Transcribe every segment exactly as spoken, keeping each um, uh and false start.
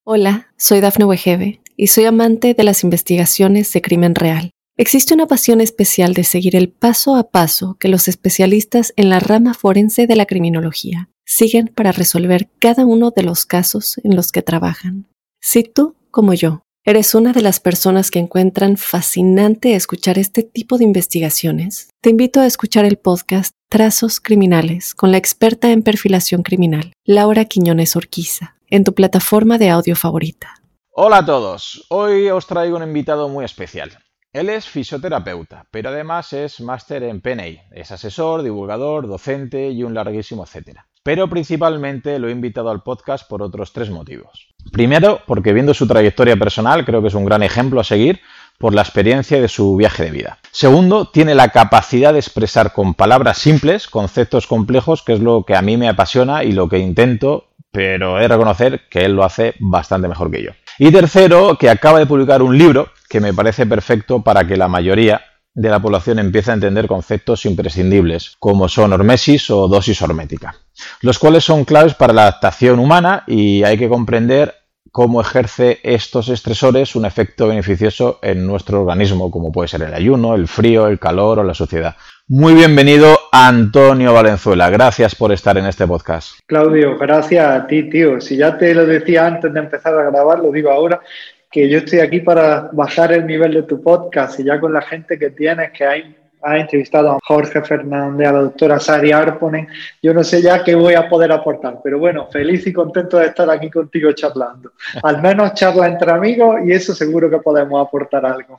Hola, soy Dafne Wegebe y soy amante de las investigaciones de crimen real. Existe una pasión especial de seguir el paso a paso que los especialistas en la rama forense de la criminología siguen para resolver cada uno de los casos en los que trabajan. Si tú, como yo, eres una de las personas que encuentran fascinante escuchar este tipo de investigaciones, te invito a escuchar el podcast Trazos Criminales con la experta en perfilación criminal, Laura Quiñones Orquiza, en tu plataforma de audio favorita. Hola a todos, hoy os traigo un invitado muy especial. Él es fisioterapeuta, pero además es máster en P N I, es asesor, divulgador, docente y un larguísimo etcétera. Pero principalmente lo he invitado al podcast por otros tres motivos. Primero, porque viendo su trayectoria personal creo que es un gran ejemplo a seguir por la experiencia de su viaje de vida. Segundo, tiene la capacidad de expresar con palabras simples conceptos complejos, que es lo que a mí me apasiona y lo que intento, pero he de reconocer que él lo hace bastante mejor que yo. Y tercero, que acaba de publicar un libro que me parece perfecto para que la mayoría de la población empiece a entender conceptos imprescindibles, como son hormesis o dosis hormética, los cuales son claves para la adaptación humana y hay que comprender cómo ejerce estos estresores un efecto beneficioso en nuestro organismo, como puede ser el ayuno, el frío, el calor o la suciedad. Muy bienvenido, Antonio Valenzuela. Gracias por estar en este podcast. Claudio, gracias a ti, tío. Si ya te lo decía antes de empezar a grabar, lo digo ahora, que yo estoy aquí para bajar el nivel de tu podcast y ya con la gente que tienes, que hay, has entrevistado a Jorge Fernández, a la doctora Sari Arponen, yo no sé ya qué voy a poder aportar, pero bueno, feliz y contento de estar aquí contigo charlando. Al menos charla entre amigos y eso seguro que podemos aportar algo.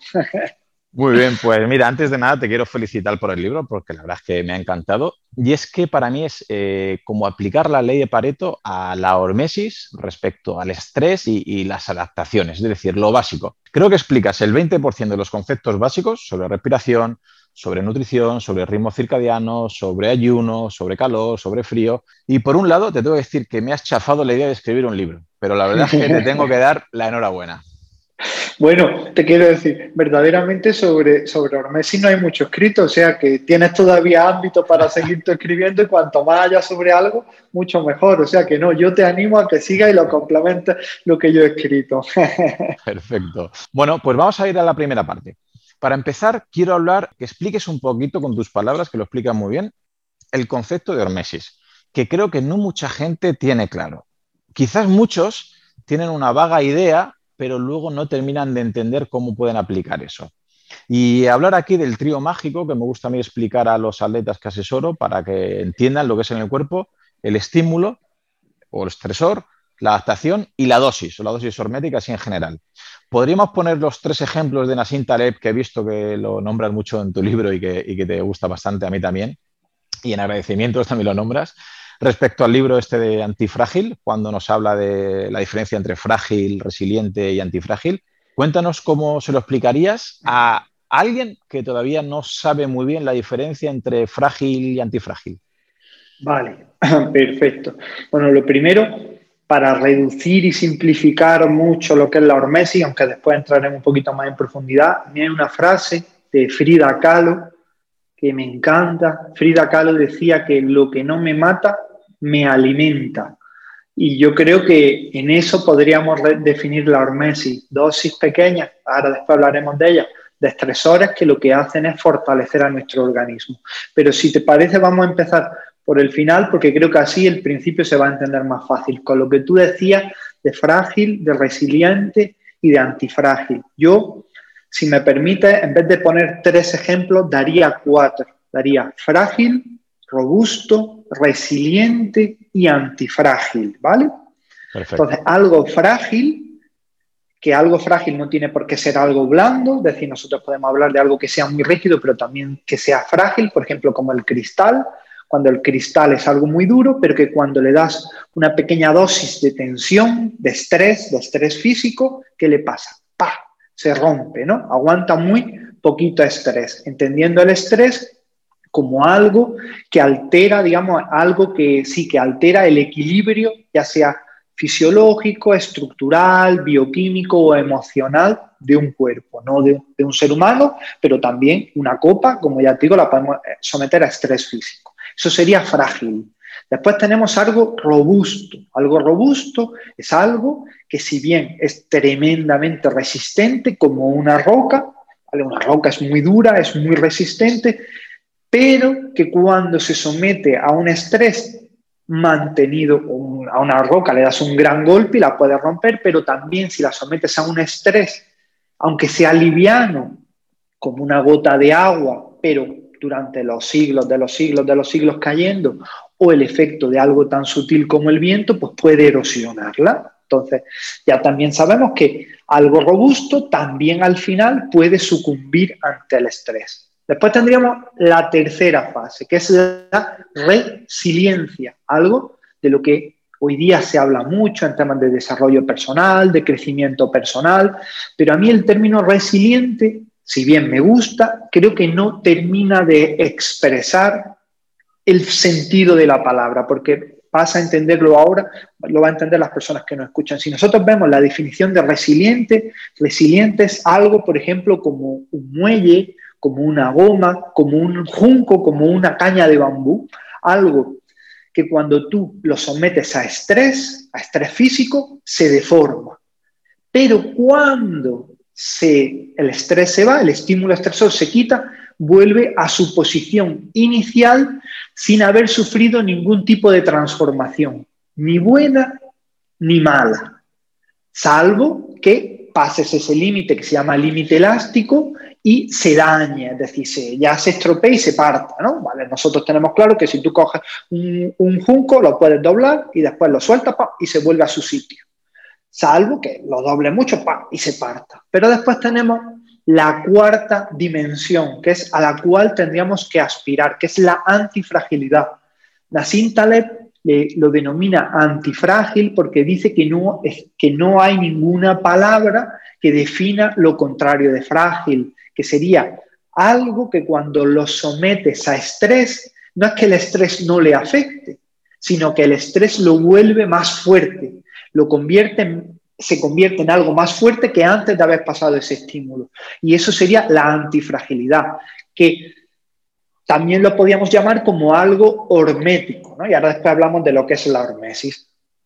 Muy bien, pues mira, antes de nada te quiero felicitar por el libro porque la verdad es que me ha encantado y es que para mí es eh, como aplicar la ley de Pareto a la hormesis respecto al estrés y, y las adaptaciones, es decir, lo básico. Creo que explicas el veinte por ciento de los conceptos básicos sobre respiración, sobre nutrición, sobre ritmo circadiano, sobre ayuno, sobre calor, sobre frío y por un lado te tengo que decir que me has chafado la idea de escribir un libro, pero la verdad es que te tengo que dar la enhorabuena. Bueno, te quiero decir, verdaderamente sobre, sobre hormesis no hay mucho escrito, o sea que tienes todavía ámbito para seguir escribiendo y cuanto más haya sobre algo, mucho mejor. O sea que no, yo te animo a que sigas y lo complementes lo que yo he escrito. Perfecto. Bueno, pues vamos a ir a la primera parte. Para empezar, quiero hablar, que expliques un poquito con tus palabras, que lo explicas muy bien, el concepto de hormesis, que creo que no mucha gente tiene claro. Quizás muchos tienen una vaga idea, pero luego no terminan de entender cómo pueden aplicar eso. Y hablar aquí del trío mágico, que me gusta a mí explicar a los atletas que asesoro para que entiendan lo que es en el cuerpo, el estímulo o el estresor, la adaptación y la dosis, o la dosis hormética así en general. ¿Podríamos poner los tres ejemplos de Nassim Taleb, que he visto que lo nombras mucho en tu libro y que, y que te gusta bastante a mí también, y en agradecimientos también lo nombras, respecto al libro este de Antifrágil, cuando nos habla de la diferencia entre frágil, resiliente y antifrágil? Cuéntanos cómo se lo explicarías a alguien que todavía no sabe muy bien la diferencia entre frágil y antifrágil. Vale, perfecto. Bueno, lo primero, para reducir y simplificar mucho lo que es la hormesis, aunque después entraremos un poquito más en profundidad, hay una frase de Frida Kahlo que me encanta. Frida Kahlo decía que lo que no me mata me alimenta. Y yo creo que en eso podríamos definir la hormesis. Dosis pequeñas, ahora después hablaremos de ellas, de estresores que lo que hacen es fortalecer a nuestro organismo. Pero si te parece, vamos a empezar por el final, porque creo que así el principio se va a entender más fácil. Con lo que tú decías de frágil, de resiliente y de antifrágil. Yo, si me permite, en vez de poner tres ejemplos, daría cuatro. Daría frágil, robusto, resiliente y antifrágil, ¿vale? Perfecto. Entonces, algo frágil, que algo frágil no tiene por qué ser algo blando, es decir, nosotros podemos hablar de algo que sea muy rígido, pero también que sea frágil, por ejemplo, como el cristal, cuando el cristal es algo muy duro, pero que cuando le das una pequeña dosis de tensión, de estrés, de estrés físico, ¿qué le pasa? ¡Pah! Se rompe, ¿no? Aguanta muy poquito estrés, entendiendo el estrés como algo que altera, digamos, algo que sí, que altera el equilibrio, ya sea fisiológico, estructural, bioquímico o emocional de un cuerpo, no de, de un ser humano, pero también una copa, como ya te digo, la podemos someter a estrés físico. Eso sería frágil. Después tenemos algo robusto. Algo robusto es algo que, si bien es tremendamente resistente como una roca, ¿vale? Una roca es muy dura, es muy resistente, pero que cuando se somete a un estrés mantenido, a una roca le das un gran golpe y la puedes romper, pero también si la sometes a un estrés, aunque sea liviano, como una gota de agua, pero durante los siglos de los siglos de los siglos cayendo, o el efecto de algo tan sutil como el viento, pues puede erosionarla. Entonces, ya también sabemos que algo robusto también al final puede sucumbir ante el estrés. Después tendríamos la tercera fase, que es la resiliencia, algo de lo que hoy día se habla mucho en temas de desarrollo personal, de crecimiento personal, pero a mí el término resiliente, si bien me gusta, creo que no termina de expresar el sentido de la palabra, porque vas a entenderlo ahora, lo van a entender las personas que nos escuchan. Si nosotros vemos la definición de resiliente, resiliente es algo, por ejemplo, como un muelle, como una goma, como un junco, como una caña de bambú, algo que cuando tú lo sometes a estrés, a estrés físico, se deforma. Pero cuando se, el estrés se va, el estímulo estresor se quita, vuelve a su posición inicial sin haber sufrido ningún tipo de transformación, ni buena ni mala, salvo que pases ese límite que se llama límite elástico y se dañe, es decir, se, ya se estropea y se parta, ¿no? Vale, nosotros tenemos claro que si tú coges un, un junco, lo puedes doblar y después lo sueltas pa, y se vuelve a su sitio, salvo que lo doble mucho pa, y se parta. Pero después tenemos la cuarta dimensión, que es a la cual tendríamos que aspirar, que es la antifragilidad. Nassim Taleb eh, lo denomina antifrágil porque dice que no, es, que no hay ninguna palabra que defina lo contrario de frágil, que sería algo que cuando lo sometes a estrés, no es que el estrés no le afecte, sino que el estrés lo vuelve más fuerte, lo convierte en, se convierte en algo más fuerte que antes de haber pasado ese estímulo. Y eso sería la antifragilidad, que también lo podríamos llamar como algo hormético, ¿no? Y ahora después hablamos de lo que es la hormesis.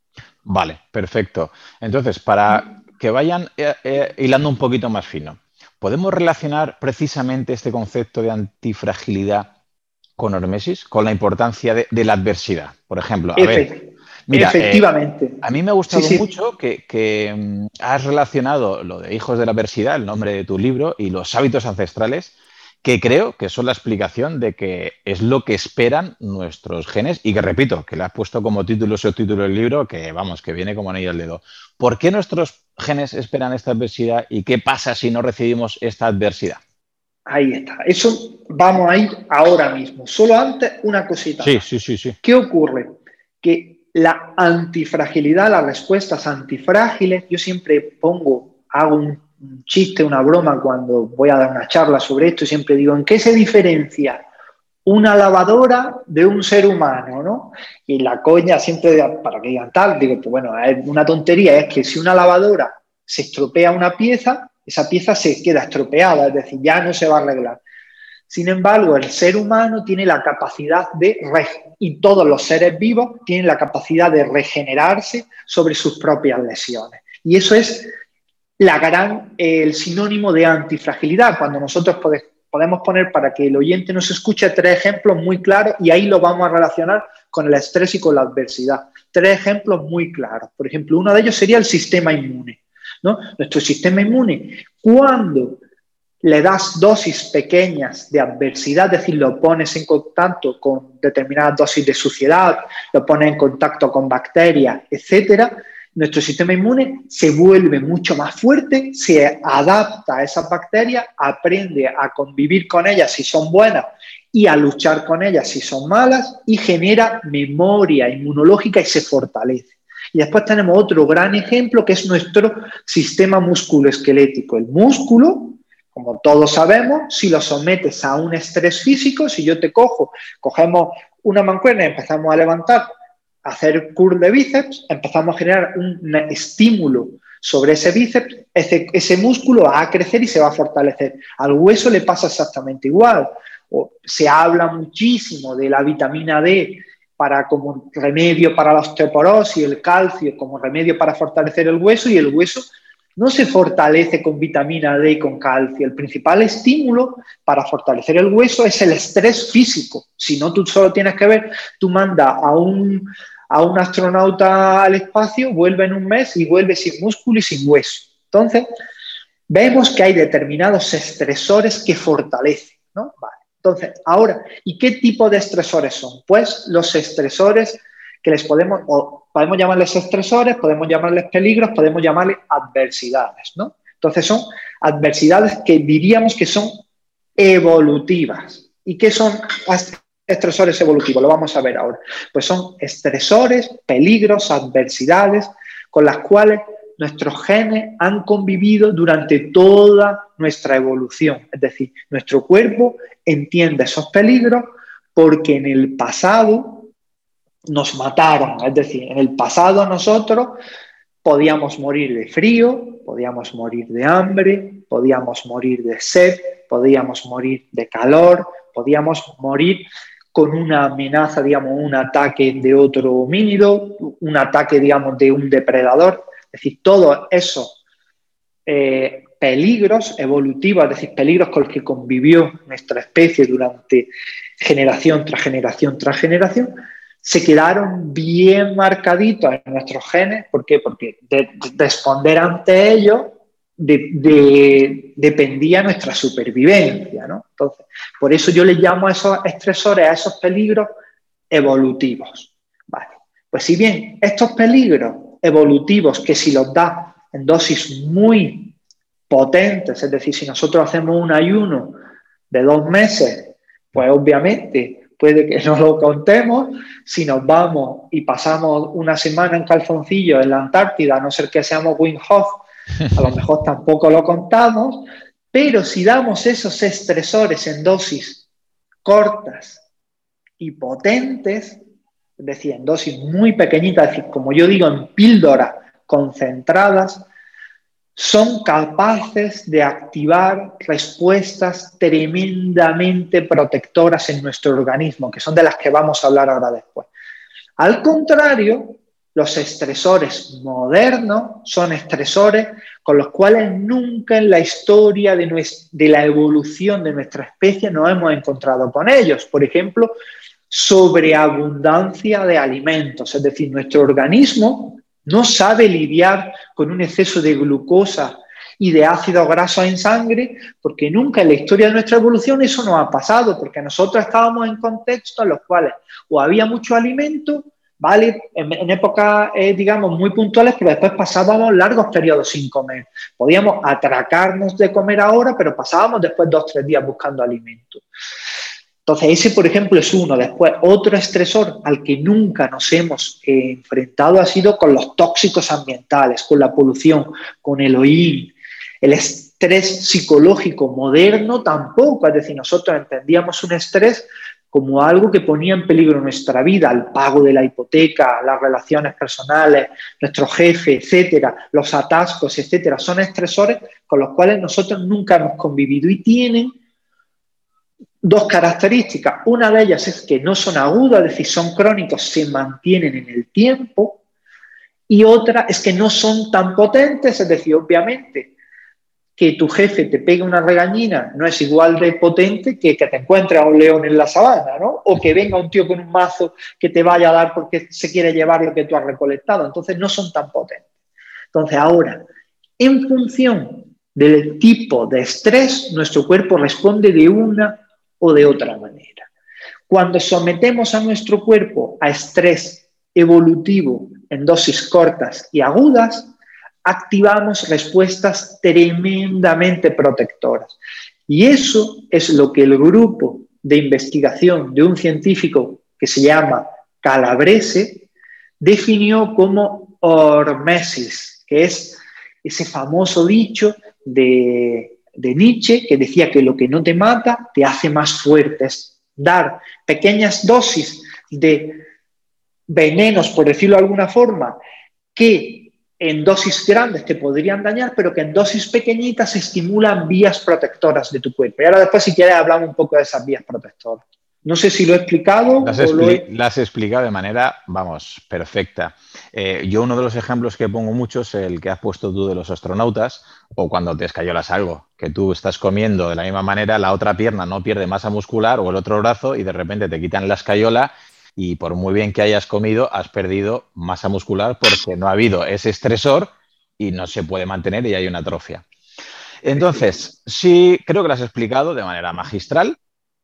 Vale, perfecto. Entonces, para que vayan eh, eh, hilando un poquito más fino, ¿podemos relacionar precisamente este concepto de antifragilidad con hormesis, con la importancia de, de la adversidad? Por ejemplo, a Efe, ver, mira, efectivamente. Eh, a mí me ha gustado sí, sí. mucho que, que um, has relacionado lo de Hijos de la Adversidad, el nombre de tu libro, y los hábitos ancestrales, que creo que son la explicación de que es lo que esperan nuestros genes y que, repito, que le has puesto como título y subtítulo del libro, que vamos, que viene como anillo al dedo. ¿Por qué nuestros genes esperan esta adversidad y qué pasa si no recibimos esta adversidad? Ahí está. Eso vamos a ir ahora mismo. Solo antes, una cosita. Sí, sí, sí, sí. ¿Qué ocurre? Que la antifragilidad, las respuestas antifrágiles, yo siempre pongo, hago un un chiste, una broma cuando voy a dar una charla sobre esto y siempre digo, ¿en qué se diferencia una lavadora de un ser humano, ¿no? Y la coña siempre, para que digan tal, digo, pues bueno, es una tontería, es que si una lavadora se estropea una pieza, esa pieza se queda estropeada, es decir, ya no se va a arreglar. Sin embargo, el ser humano tiene la capacidad de, y todos los seres vivos tienen la capacidad de regenerarse sobre sus propias lesiones. Y eso es la gran, eh, el sinónimo de antifragilidad, cuando nosotros pode, podemos poner, para que el oyente nos escuche, tres ejemplos muy claros y ahí lo vamos a relacionar con el estrés y con la adversidad. Tres ejemplos muy claros. Por ejemplo, uno de ellos sería el sistema inmune, ¿no? Nuestro sistema inmune, cuando le das dosis pequeñas de adversidad, es decir, lo pones en contacto con determinadas dosis de suciedad, lo pones en contacto con bacterias, etcétera, nuestro sistema inmune se vuelve mucho más fuerte, se adapta a esas bacterias, aprende a convivir con ellas si son buenas y a luchar con ellas si son malas y genera memoria inmunológica y se fortalece. Y después tenemos otro gran ejemplo que es nuestro sistema musculoesquelético. El músculo, como todos sabemos, si lo sometes a un estrés físico, si yo te cojo, cogemos una mancuerna y empezamos a levantar, hacer curl de bíceps, empezamos a generar un estímulo sobre ese bíceps, ese, ese músculo va a crecer y se va a fortalecer. Al hueso le pasa exactamente igual. O se habla muchísimo de la vitamina D para como remedio para la osteoporosis, el calcio como remedio para fortalecer el hueso, y el hueso no se fortalece con vitamina D y con calcio. El principal estímulo para fortalecer el hueso es el estrés físico. Si no, tú solo tienes que ver, tú mandas a un, a un astronauta al espacio, vuelve en un mes y vuelve sin músculo y sin hueso. Entonces, vemos que hay determinados estresores que fortalecen, ¿no? Vale. Entonces, ahora, ¿y qué tipo de estresores son? Pues los estresores que les podemos, o podemos llamarles estresores, podemos llamarles peligros, podemos llamarles adversidades, ¿no? Entonces son adversidades que diríamos que son evolutivas. ¿Y qué son estresores evolutivos? Lo vamos a ver ahora. Pues son estresores, peligros, adversidades con las cuales nuestros genes han convivido durante toda nuestra evolución. Es decir, nuestro cuerpo entiende esos peligros porque en el pasado nos mataron. Es decir, en el pasado nosotros podíamos morir de frío, podíamos morir de hambre, podíamos morir de sed, podíamos morir de calor, podíamos morir con una amenaza, digamos, un ataque de otro homínido, un ataque, digamos, de un depredador. Es decir, todos esos eh, peligros evolutivos, es decir, peligros con los que convivió nuestra especie durante generación tras generación tras generación, se quedaron bien marcaditos en nuestros genes. ¿Por qué? Porque de, de responder ante ellos de, de, dependía nuestra supervivencia, ¿no? Entonces, por eso yo le llamo a esos estresores, a esos peligros evolutivos. Vale. Pues si bien estos peligros evolutivos, que si los da en dosis muy potentes, es decir, si nosotros hacemos un ayuno de dos meses, pues obviamente puede que no lo contemos. Si nos vamos y pasamos una semana en calzoncillos en la Antártida, a no ser que seamos Wim Hof, a lo mejor tampoco lo contamos. Pero si damos esos estresores en dosis cortas y potentes, es decir, en dosis muy pequeñitas, es decir, como yo digo, en píldoras concentradas, son capaces de activar respuestas tremendamente protectoras en nuestro organismo, que son de las que vamos a hablar ahora después. Al contrario, los estresores modernos son estresores con los cuales nunca en la historia de, nuestra, de la evolución de nuestra especie nos hemos encontrado con ellos. Por ejemplo, sobreabundancia de alimentos, es decir, nuestro organismo no sabe lidiar con un exceso de glucosa y de ácidos grasos en sangre, porque nunca en la historia de nuestra evolución eso nos ha pasado, porque nosotros estábamos en contextos en los cuales o había mucho alimento, ¿vale? En, en épocas, eh, digamos, muy puntuales, pero después pasábamos largos periodos sin comer. Podíamos atracarnos de comer ahora, pero pasábamos después dos o tres días buscando alimento. Entonces, ese, por ejemplo, es uno. Después, otro estresor al que nunca nos hemos eh, enfrentado ha sido con los tóxicos ambientales, con la polución, con el hollín. El estrés psicológico moderno tampoco. Es decir, nosotros entendíamos un estrés como algo que ponía en peligro nuestra vida, el pago de la hipoteca, las relaciones personales, nuestro jefe, etcétera, los atascos, etcétera. Son estresores con los cuales nosotros nunca hemos convivido y tienen dos características. Una de ellas es que no son agudos, es decir, son crónicos, se mantienen en el tiempo. Y otra es que no son tan potentes, es decir, obviamente, que tu jefe te pegue una regañina no es igual de potente que que te encuentres a un león en la sabana, ¿no? O que venga un tío con un mazo que te vaya a dar porque se quiere llevar lo que tú has recolectado. Entonces, no son tan potentes. Entonces, ahora, en función del tipo de estrés, nuestro cuerpo responde de una o de otra manera. Cuando sometemos a nuestro cuerpo a estrés evolutivo en dosis cortas y agudas, activamos respuestas tremendamente protectoras. Y eso es lo que el grupo de investigación de un científico que se llama Calabrese definió como hormesis, que es ese famoso dicho de, de Nietzsche que decía que lo que no te mata te hace más fuerte. Es dar pequeñas dosis de venenos, por decirlo de alguna forma, que en dosis grandes te podrían dañar, pero que en dosis pequeñitas estimulan vías protectoras de tu cuerpo. Y ahora después, si quieres, hablamos un poco de esas vías protectoras. No sé si lo he explicado. Lo has, o lo he... lo has explicado de manera, vamos, perfecta. Eh, yo uno de los ejemplos que pongo mucho es el que has puesto tú de los astronautas o cuando te escayolas algo, que tú estás comiendo de la misma manera, la otra pierna no pierde masa muscular o el otro brazo y de repente te quitan la escayola y por muy bien que hayas comido has perdido masa muscular porque no ha habido ese estresor y no se puede mantener y hay una atrofia. Entonces, sí, creo que lo has explicado de manera magistral,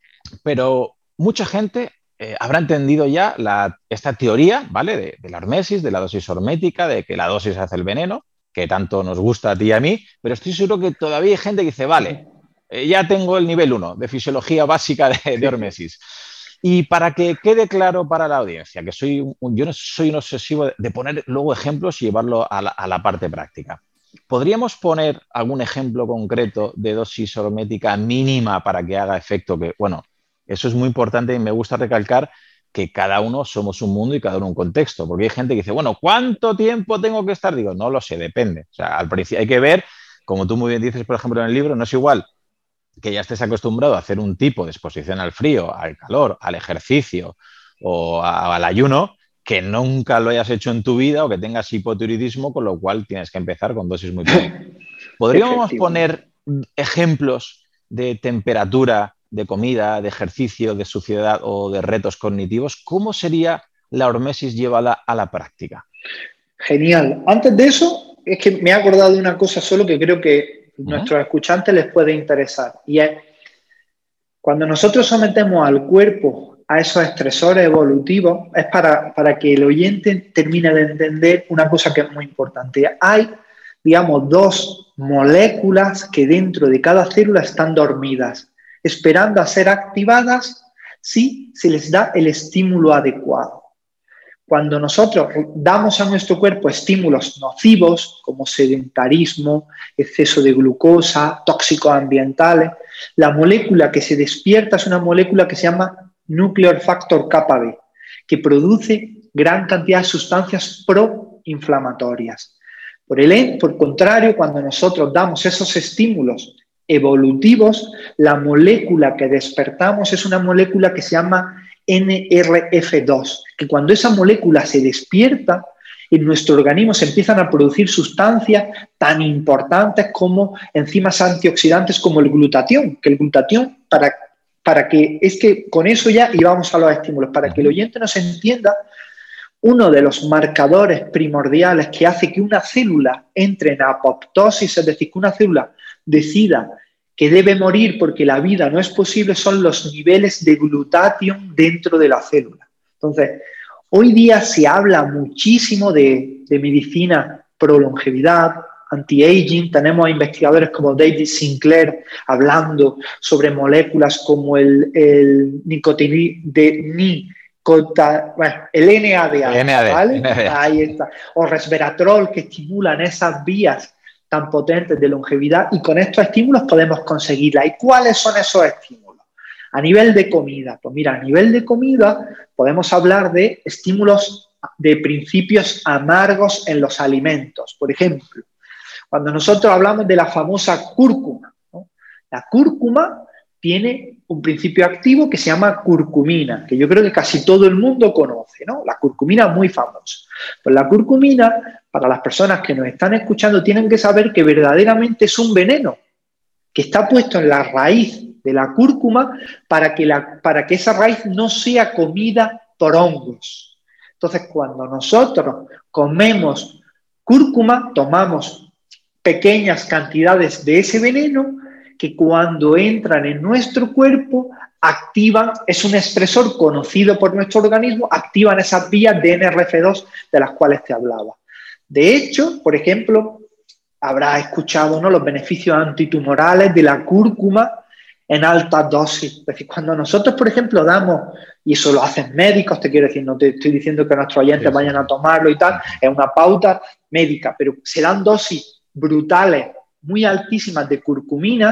pero mucha gente eh, habrá entendido ya la, esta teoría, ¿vale? De, de la hormesis, de la dosis hormética, de que la dosis hace el veneno, que tanto nos gusta a ti y a mí, pero estoy seguro que todavía hay gente que dice, vale, eh, ya tengo el nivel uno de fisiología básica de, de hormesis. Y para que quede claro para la audiencia, que soy un, yo no soy un obsesivo de, de poner luego ejemplos y llevarlo a la, a la parte práctica. ¿Podríamos poner algún ejemplo concreto de dosis hormética mínima para que haga efecto? Que, bueno, eso es muy importante y me gusta recalcar que cada uno somos un mundo y cada uno un contexto, porque hay gente que dice, bueno, ¿cuánto tiempo tengo que estar? Digo, no lo sé, depende. O sea, al principio hay que ver, como tú muy bien dices, por ejemplo, en el libro, no es igual que ya estés acostumbrado a hacer un tipo de exposición al frío, al calor, al ejercicio o a, al ayuno, que nunca lo hayas hecho en tu vida o que tengas hipotiroidismo, con lo cual tienes que empezar con dosis muy pequeñas. ¿Podríamos poner ejemplos de temperatura, de comida, de ejercicio, de suciedad o de retos cognitivos? ¿Cómo sería la hormesis llevada a la práctica? Genial. Antes de eso, es que me he acordado de una cosa solo que creo que a nuestros escuchantes les puede interesar. Y es, cuando nosotros sometemos al cuerpo a esos estresores evolutivos, es para, para que el oyente termine de entender una cosa que es muy importante. Hay, digamos, dos moléculas que dentro de cada célula están dormidas, esperando a ser activadas si se les da el estímulo adecuado. Cuando nosotros damos a nuestro cuerpo estímulos nocivos, como sedentarismo, exceso de glucosa, tóxicos ambientales, la molécula que se despierta es una molécula que se llama Nuclear Factor kappa B, que produce gran cantidad de sustancias proinflamatorias. Por el por contrario, cuando nosotros damos esos estímulos evolutivos, la molécula que despertamos es una molécula que se llama N R F dos, que cuando esa molécula se despierta, en nuestro organismo se empiezan a producir sustancias tan importantes como enzimas antioxidantes como el glutatión, que el glutatión, para, para que, es que con eso ya íbamos a los estímulos, para que el oyente nos entienda, uno de los marcadores primordiales que hace que una célula entre en apoptosis, es decir, que una célula decida que debe morir porque la vida no es posible, son los niveles de glutatión dentro de la célula. Entonces, hoy día se habla muchísimo de, de medicina pro longevidad, anti-aging. Tenemos investigadores como David Sinclair hablando sobre moléculas como el, el nicotinamida, bueno, el N A D A, N A D A, ¿vale? N A D A. Ahí está. O resveratrol, que estimulan esas vías tan potentes de longevidad, y con estos estímulos podemos conseguirla. ¿Y cuáles son esos estímulos? A nivel de comida, pues mira, a nivel de comida podemos hablar de estímulos de principios amargos en los alimentos. Por ejemplo, cuando nosotros hablamos de la famosa cúrcuma, ¿no? La cúrcuma tiene un principio activo que se llama curcumina, que yo creo que casi todo el mundo conoce, ¿no? La curcumina muy famosa. Pues la curcumina, para las personas que nos están escuchando, tienen que saber que verdaderamente es un veneno que está puesto en la raíz de la cúrcuma para que, la, para que esa raíz no sea comida por hongos. Entonces, cuando nosotros comemos cúrcuma, tomamos pequeñas cantidades de ese veneno que cuando entran en nuestro cuerpo activan, es un estresor conocido por nuestro organismo, activan esas vías de N R F dos de las cuales te hablaba. De hecho, por ejemplo, habrás escuchado, ¿no?, los beneficios antitumorales de la cúrcuma en altas dosis. Es decir, cuando nosotros, por ejemplo, damos, y eso lo hacen médicos, te quiero decir, no te estoy diciendo que nuestros oyentes sí, vayan sí. a tomarlo y tal, es una pauta médica, pero se dan dosis brutales, muy altísimas de curcumina,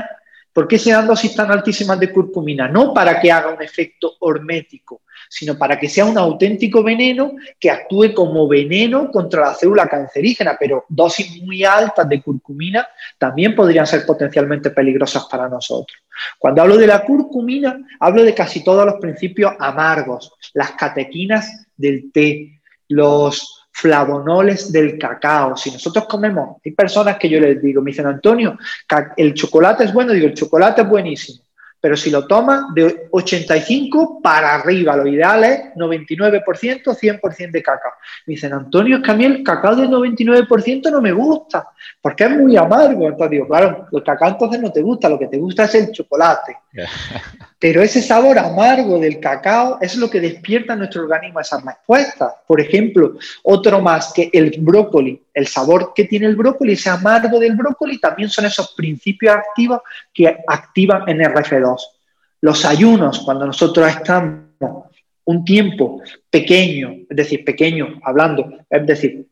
¿Por qué se dan dosis tan altísimas de curcumina? No para que haga un efecto hormético, sino para que sea un auténtico veneno que actúe como veneno contra la célula cancerígena, pero dosis muy altas de curcumina también podrían ser potencialmente peligrosas para nosotros. Cuando hablo de la curcumina, hablo de casi todos los principios amargos, las catequinas del té, los flavonoles del cacao. Si nosotros comemos, hay personas que yo les digo, me dicen, Antonio, el chocolate es bueno, digo, el chocolate es buenísimo, pero si lo tomas de ochenta y cinco para arriba, lo ideal es noventa y nueve por ciento, cien por ciento de cacao. Me dicen, Antonio, es que a mí el cacao de noventa y nueve por ciento no me gusta, porque es muy amargo. Entonces digo, claro, el cacao entonces no te gusta, lo que te gusta es el chocolate. Pero ese sabor amargo del cacao es lo que despierta en nuestro organismo esas respuestas. Por ejemplo, otro más que el brócoli. El sabor que tiene el brócoli, ese amargo del brócoli, también son esos principios activos que activan en R F dos. Los ayunos, cuando nosotros estamos un tiempo pequeño, es decir, pequeño, hablando, es decir,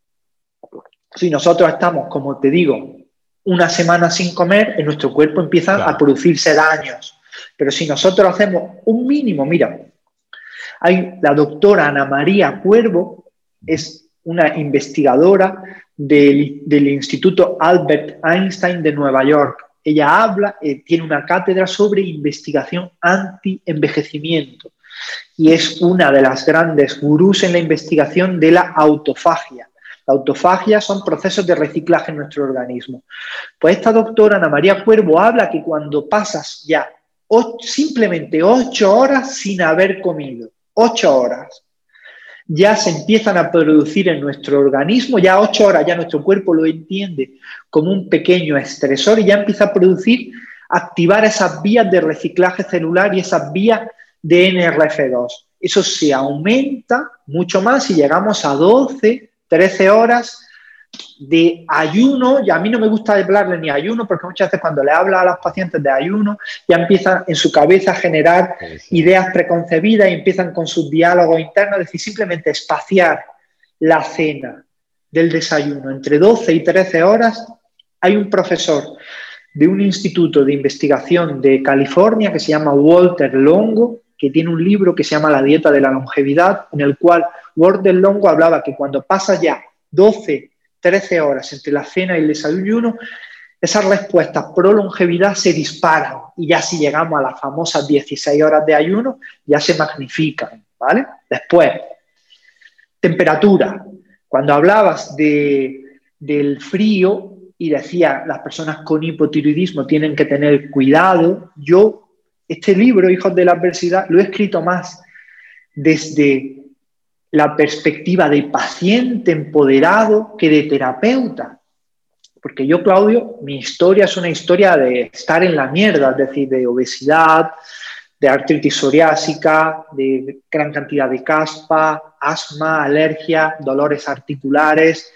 si nosotros estamos, como te digo, una semana sin comer, en nuestro cuerpo empiezan claro. a producirse daños. Pero si nosotros hacemos un mínimo, mira, hay la doctora Ana María Cuervo, es una investigadora del, del Instituto Albert Einstein de Nueva York. Ella habla, eh, tiene una cátedra sobre investigación anti-envejecimiento y es una de las grandes gurús en la investigación de la autofagia. La autofagia son procesos de reciclaje en nuestro organismo. Pues esta doctora Ana María Cuervo habla que cuando pasas ya ocho, simplemente ocho horas sin haber comido, ocho horas, ya se empiezan a producir en nuestro organismo, ya ocho horas ya nuestro cuerpo lo entiende como un pequeño estresor y ya empieza a producir, activar esas vías de reciclaje celular y esas vías de N R F dos. Eso se aumenta mucho más y llegamos a doce, trece horas de ayuno, y a mí no me gusta hablarle ni ayuno porque muchas veces cuando le habla a los pacientes de ayuno ya empiezan en su cabeza a generar sí, sí. ideas preconcebidas y empiezan con sus diálogos internos, es decir, simplemente espaciar la cena del desayuno entre doce y trece horas. Hay un profesor de un instituto de investigación de California que se llama Walter Longo, que tiene un libro que se llama La dieta de la longevidad, en el cual Walter Longo hablaba que cuando pasa ya doce, trece horas entre la cena y el desayuno, esas respuestas pro longevidad se disparan y ya si llegamos a las famosas dieciséis horas de ayuno, ya se magnifican, ¿vale? Después, temperatura. Cuando hablabas de, del frío y decía las personas con hipotiroidismo tienen que tener cuidado, yo este libro, Hijos de la Adversidad, lo he escrito más desde la perspectiva de paciente empoderado que de terapeuta. Porque yo, Claudio, mi historia es una historia de estar en la mierda, es decir, de obesidad, de artritis psoriásica, de gran cantidad de caspa, asma, alergia, dolores articulares,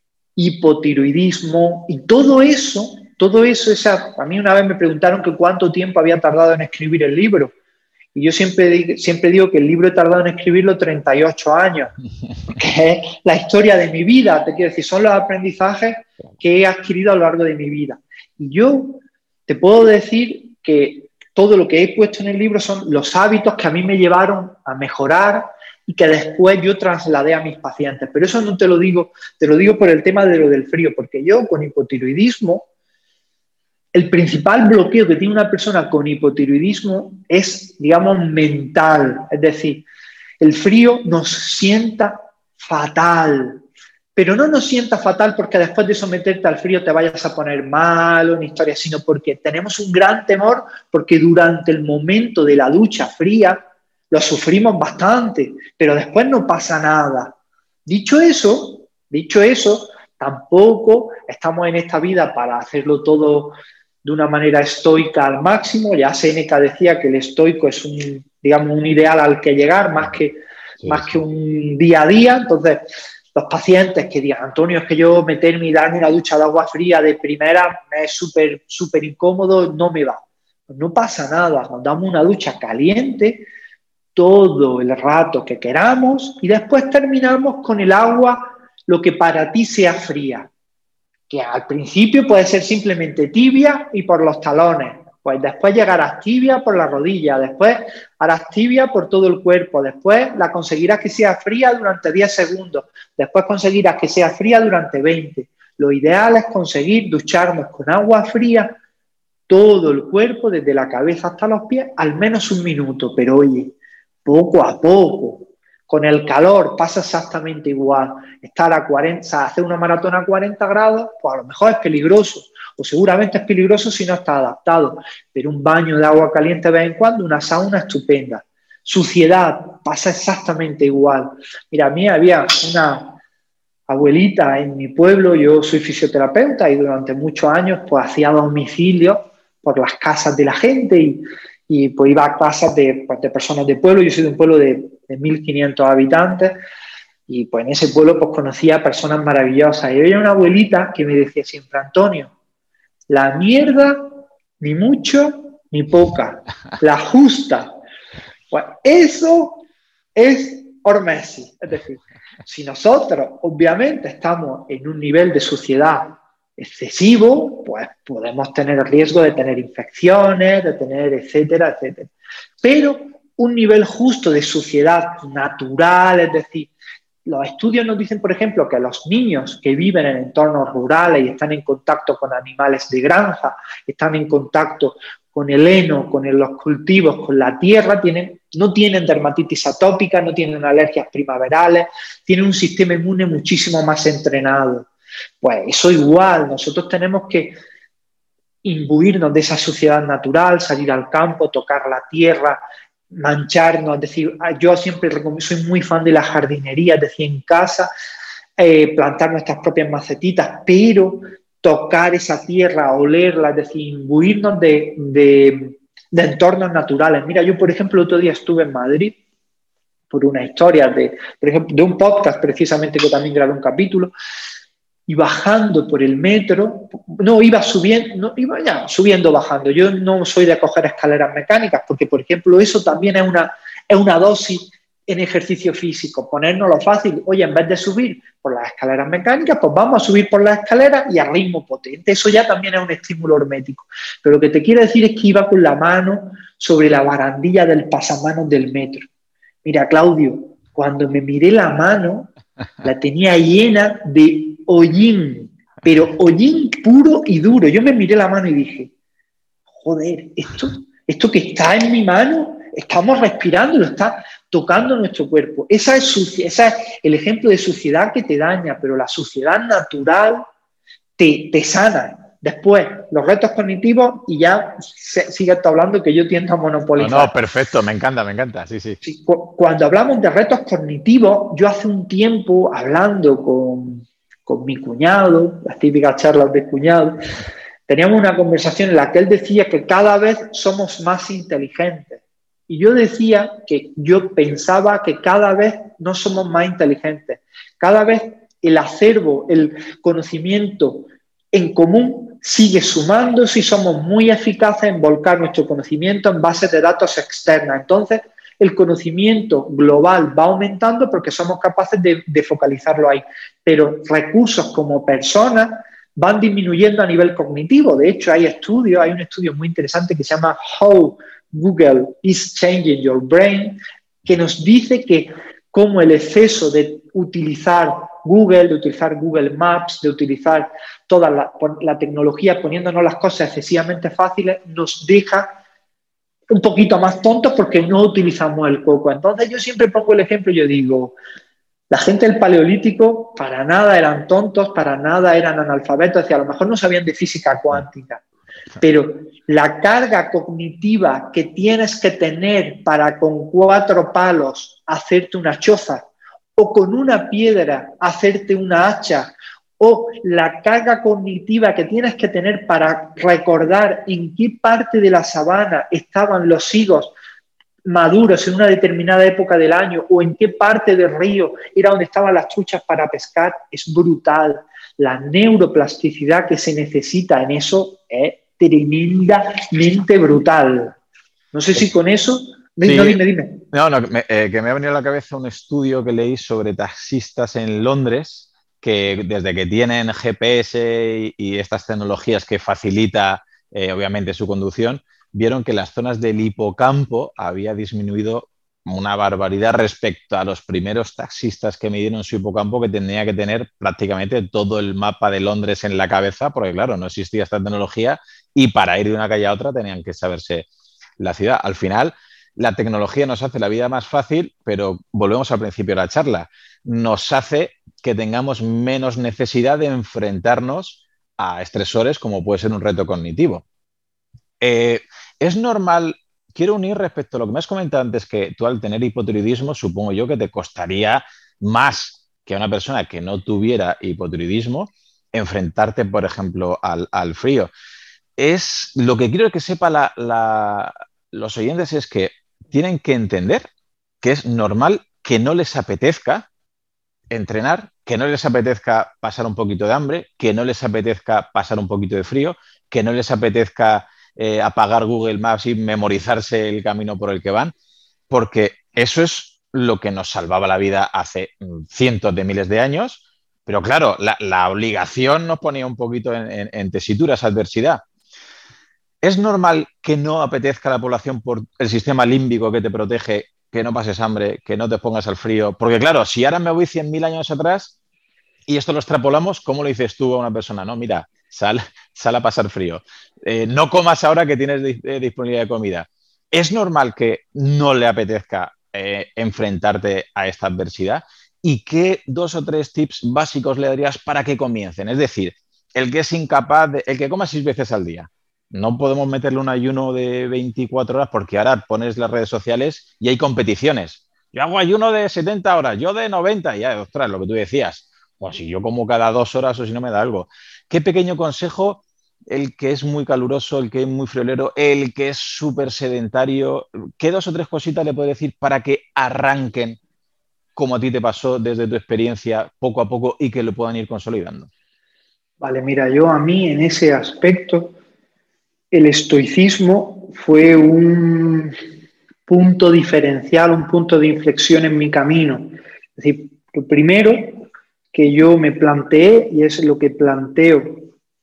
hipotiroidismo, y todo eso, todo eso, esa, a mí una vez me preguntaron que cuánto tiempo había tardado en escribir el libro. Y yo siempre, siempre digo que el libro he tardado en escribirlo treinta y ocho años, que es la historia de mi vida, te quiero decir, son los aprendizajes que he adquirido a lo largo de mi vida. Y yo te puedo decir que todo lo que he puesto en el libro son los hábitos que a mí me llevaron a mejorar y que después yo trasladé a mis pacientes. Pero eso no te lo digo, te lo digo por el tema de lo del frío, porque yo con hipotiroidismo, el principal bloqueo que tiene una persona con hipotiroidismo es, digamos, mental. Es decir, el frío nos sienta fatal, pero no nos sienta fatal porque después de someterte al frío te vayas a poner mal o una historia, sino porque tenemos un gran temor porque durante el momento de la ducha fría lo sufrimos bastante, pero después no pasa nada. Dicho eso, dicho eso, tampoco estamos en esta vida para hacerlo todo de una manera estoica al máximo. Ya Séneca decía que el estoico es un, digamos, un ideal al que llegar más que, sí, más sí. que un día a día. Entonces, los pacientes que digan, Antonio, es que yo meterme y darme una ducha de agua fría de primera me es súper, súper incómodo, no me va. Pues no pasa nada, nos damos una ducha caliente todo el rato que queramos y después terminamos con el agua, lo que para ti sea fría, que al principio puede ser simplemente tibia y por los talones, Pues después llegarás tibia por la rodilla, después harás tibia por todo el cuerpo, después la conseguirás que sea fría durante diez segundos, después conseguirás que sea fría durante veinte. Lo ideal es conseguir ducharnos con agua fría todo el cuerpo, desde la cabeza hasta los pies, al menos un minuto. Pero oye, poco a poco, con el calor pasa exactamente igual. Estar a cuarenta, hacer una maratón a cuarenta grados, pues a lo mejor es peligroso, o seguramente es peligroso si no está adaptado, pero un baño de agua caliente de vez en cuando, una sauna estupenda. Suciedad, pasa exactamente igual. Mira, a mí había una abuelita en mi pueblo, yo soy fisioterapeuta y durante muchos años pues hacía domicilio por las casas de la gente y, y pues iba a casas de, pues, de personas de pueblo. Yo soy de un pueblo de, de mil quinientos habitantes y pues en ese pueblo pues conocía a personas maravillosas. Y había una abuelita que me decía siempre: Antonio, la mierda ni mucho ni poca, la justa. Pues eso es hormesis. Es decir, si nosotros obviamente estamos en un nivel de suciedad excesivo, pues podemos tener el riesgo de tener infecciones, de tener etcétera, etcétera. Pero un nivel justo de suciedad natural, es decir, los estudios nos dicen, por ejemplo, que los niños que viven en entornos rurales y están en contacto con animales de granja, están en contacto con el heno, con el, los cultivos, con la tierra, tienen, no tienen dermatitis atópica, no tienen alergias primaverales, tienen un sistema inmune muchísimo más entrenado. Pues eso igual, nosotros tenemos que imbuirnos de esa suciedad natural, salir al campo, tocar la tierra, mancharnos, es decir, yo siempre recomiendo, soy muy fan de la jardinería, es decir, en casa, eh, plantar nuestras propias macetitas, pero tocar esa tierra, olerla, es decir, imbuirnos de, de, de entornos naturales. Mira, yo, por ejemplo, el otro día estuve en Madrid por una historia de, por ejemplo, de un podcast precisamente que también grabé un capítulo, y bajando por el metro, no iba subiendo, no, iba ya subiendo, bajando. Yo no soy de coger escaleras mecánicas, porque, por ejemplo, eso también es una, es una dosis en ejercicio físico. Ponernos lo fácil, oye, en vez de subir por las escaleras mecánicas, pues vamos a subir por las escaleras y a ritmo potente. Eso ya también es un estímulo hormético. Pero lo que te quiero decir es que iba con la mano sobre la barandilla del pasamanos del metro. Mira, Claudio, cuando me miré la mano, la tenía llena de hollín, pero hollín puro y duro. Yo me miré la mano y dije, joder, esto, esto que está en mi mano, estamos respirando, lo está tocando nuestro cuerpo. Esa es, sucia, esa es el ejemplo de suciedad que te daña, pero la suciedad natural te, te sana. Después, los retos cognitivos, y ya sigue hablando que yo tiendo a monopolizar. No, no, perfecto, me encanta, me encanta, sí, sí. Sí, cu cuando hablamos de retos cognitivos, yo hace un tiempo, hablando con, con mi cuñado, las típicas charlas de cuñado, teníamos una conversación en la que él decía que cada vez somos más inteligentes. Y yo decía que yo pensaba que cada vez no somos más inteligentes. Cada vez el acervo, el conocimiento en común sigue sumando si somos muy eficaces en volcar nuestro conocimiento en bases de datos externas. Entonces, el conocimiento global va aumentando porque somos capaces de, de focalizarlo ahí. Pero recursos como personas van disminuyendo a nivel cognitivo. De hecho, hay estudios, hay un estudio muy interesante que se llama How Google is Changing Your Brain, que nos dice que cómo el exceso de utilizar Google, de utilizar Google Maps, de utilizar toda la, la tecnología poniéndonos las cosas excesivamente fáciles, nos deja un poquito más tontos porque no utilizamos el coco. Entonces yo siempre pongo el ejemplo y yo digo, la gente del Paleolítico para nada eran tontos, para nada eran analfabetos, y a lo mejor no sabían de física cuántica, pero la carga cognitiva que tienes que tener para con cuatro palos hacerte una choza, o con una piedra hacerte una hacha, o la carga cognitiva que tienes que tener para recordar en qué parte de la sabana estaban los higos maduros en una determinada época del año, o en qué parte del río era donde estaban las truchas para pescar, es brutal. La neuroplasticidad que se necesita en eso es tremendamente brutal. No sé si con eso... Sí. No, dime, dime. No, no, me, eh, que me ha venido a la cabeza un estudio que leí sobre taxistas en Londres, que desde que tienen G P S y, y estas tecnologías que facilita eh, obviamente su conducción, vieron que las zonas del hipocampo había disminuido una barbaridad respecto a los primeros taxistas que midieron su hipocampo, que tenía que tener prácticamente todo el mapa de Londres en la cabeza, porque claro, no existía esta tecnología y para ir de una calle a otra tenían que saberse la ciudad. Al final, la tecnología nos hace la vida más fácil, pero volvemos al principio de la charla, nos hace que tengamos menos necesidad de enfrentarnos a estresores como puede ser un reto cognitivo. Eh, es normal, quiero unir respecto a lo que me has comentado antes, que tú al tener hipotiroidismo, supongo yo que te costaría más que a una persona que no tuviera hipotiroidismo enfrentarte, por ejemplo, al, al frío. Es, lo que quiero que sepa la, la, los oyentes es que tienen que entender que es normal que no les apetezca entrenar, que no les apetezca pasar un poquito de hambre, que no les apetezca pasar un poquito de frío, que no les apetezca eh, apagar Google Maps y memorizarse el camino por el que van, porque eso es lo que nos salvaba la vida hace cientos de miles de años, pero claro, la, la obligación nos ponía un poquito en, en, en tesitura esa adversidad. ¿Es normal que no apetezca a la población por el sistema límbico que te protege, que no pases hambre, que no te pongas al frío? Porque claro, si ahora me voy cien mil años atrás y esto lo extrapolamos, ¿cómo le dices tú a una persona? No, mira, sal, sal a pasar frío. Eh, no comas ahora que tienes eh, disponibilidad de comida. ¿Es normal que no le apetezca eh, enfrentarte a esta adversidad? ¿Y qué dos o tres tips básicos le darías para que comiencen? Es decir, el que es incapaz, de, el que coma seis veces al día. No podemos meterle un ayuno de veinticuatro horas porque ahora pones las redes sociales y hay competiciones. Yo hago ayuno de setenta horas, yo de noventa, y ya, ostras, lo que tú decías. O si yo como cada dos horas o si no me da algo. ¿Qué pequeño consejo, el que es muy caluroso, el que es muy friolero, el que es súper sedentario, qué dos o tres cositas le puedo decir para que arranquen como a ti te pasó desde tu experiencia poco a poco y que lo puedan ir consolidando? Vale, mira, yo a mí en ese aspecto el estoicismo fue un punto diferencial, un punto de inflexión en mi camino. Es decir, lo primero que yo me planteé, y es lo que planteo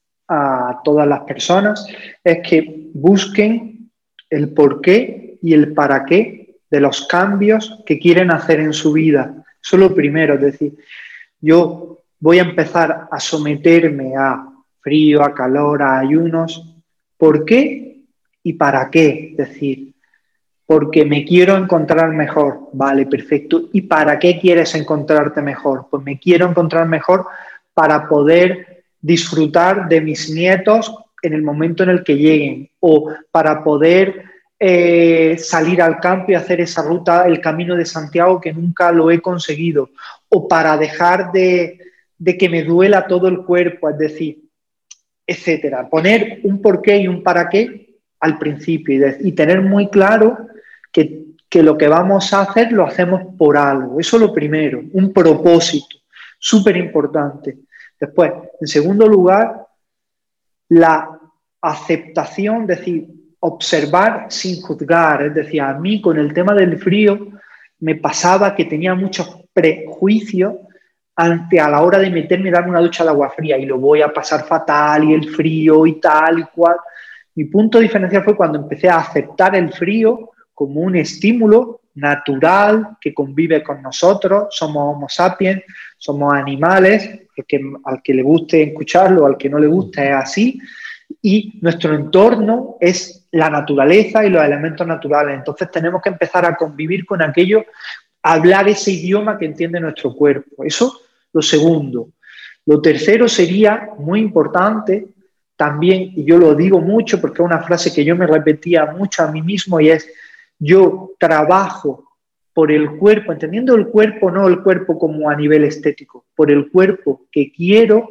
a todas las personas, es que busquen el porqué y el para qué de los cambios que quieren hacer en su vida. Eso es lo primero, es decir, yo voy a empezar a someterme a frío, a calor, a ayunos. ¿Por qué y para qué? Es decir, porque me quiero encontrar mejor. Vale, perfecto. ¿Y para qué quieres encontrarte mejor? Pues me quiero encontrar mejor para poder disfrutar de mis nietos en el momento en el que lleguen, o para poder eh, salir al campo y hacer esa ruta, el Camino de Santiago, que nunca lo he conseguido, o para dejar de, de que me duela todo el cuerpo, es decir, etcétera. Poner un porqué y un para qué al principio y, de, y tener muy claro que, que lo que vamos a hacer lo hacemos por algo. Eso es lo primero, un propósito, súper importante. Después, en segundo lugar, la aceptación, es decir, observar sin juzgar. Es decir, a mí con el tema del frío me pasaba que tenía muchos prejuicios ante a la hora de meterme y darme una ducha de agua fría y lo voy a pasar fatal y el frío y tal y cual. Mi punto diferencial fue cuando empecé a aceptar el frío como un estímulo natural que convive con nosotros. Somos Homo sapiens, somos animales, el que, al que le guste escucharlo, al que no le gusta es así, y nuestro entorno es la naturaleza y los elementos naturales. Entonces tenemos que empezar a convivir con aquello, a hablar ese idioma que entiende nuestro cuerpo. Eso lo segundo. Lo tercero sería muy importante también, y yo lo digo mucho porque es una frase que yo me repetía mucho a mí mismo, y es: yo trabajo por el cuerpo, entendiendo el cuerpo, no el cuerpo como a nivel estético, por el cuerpo que quiero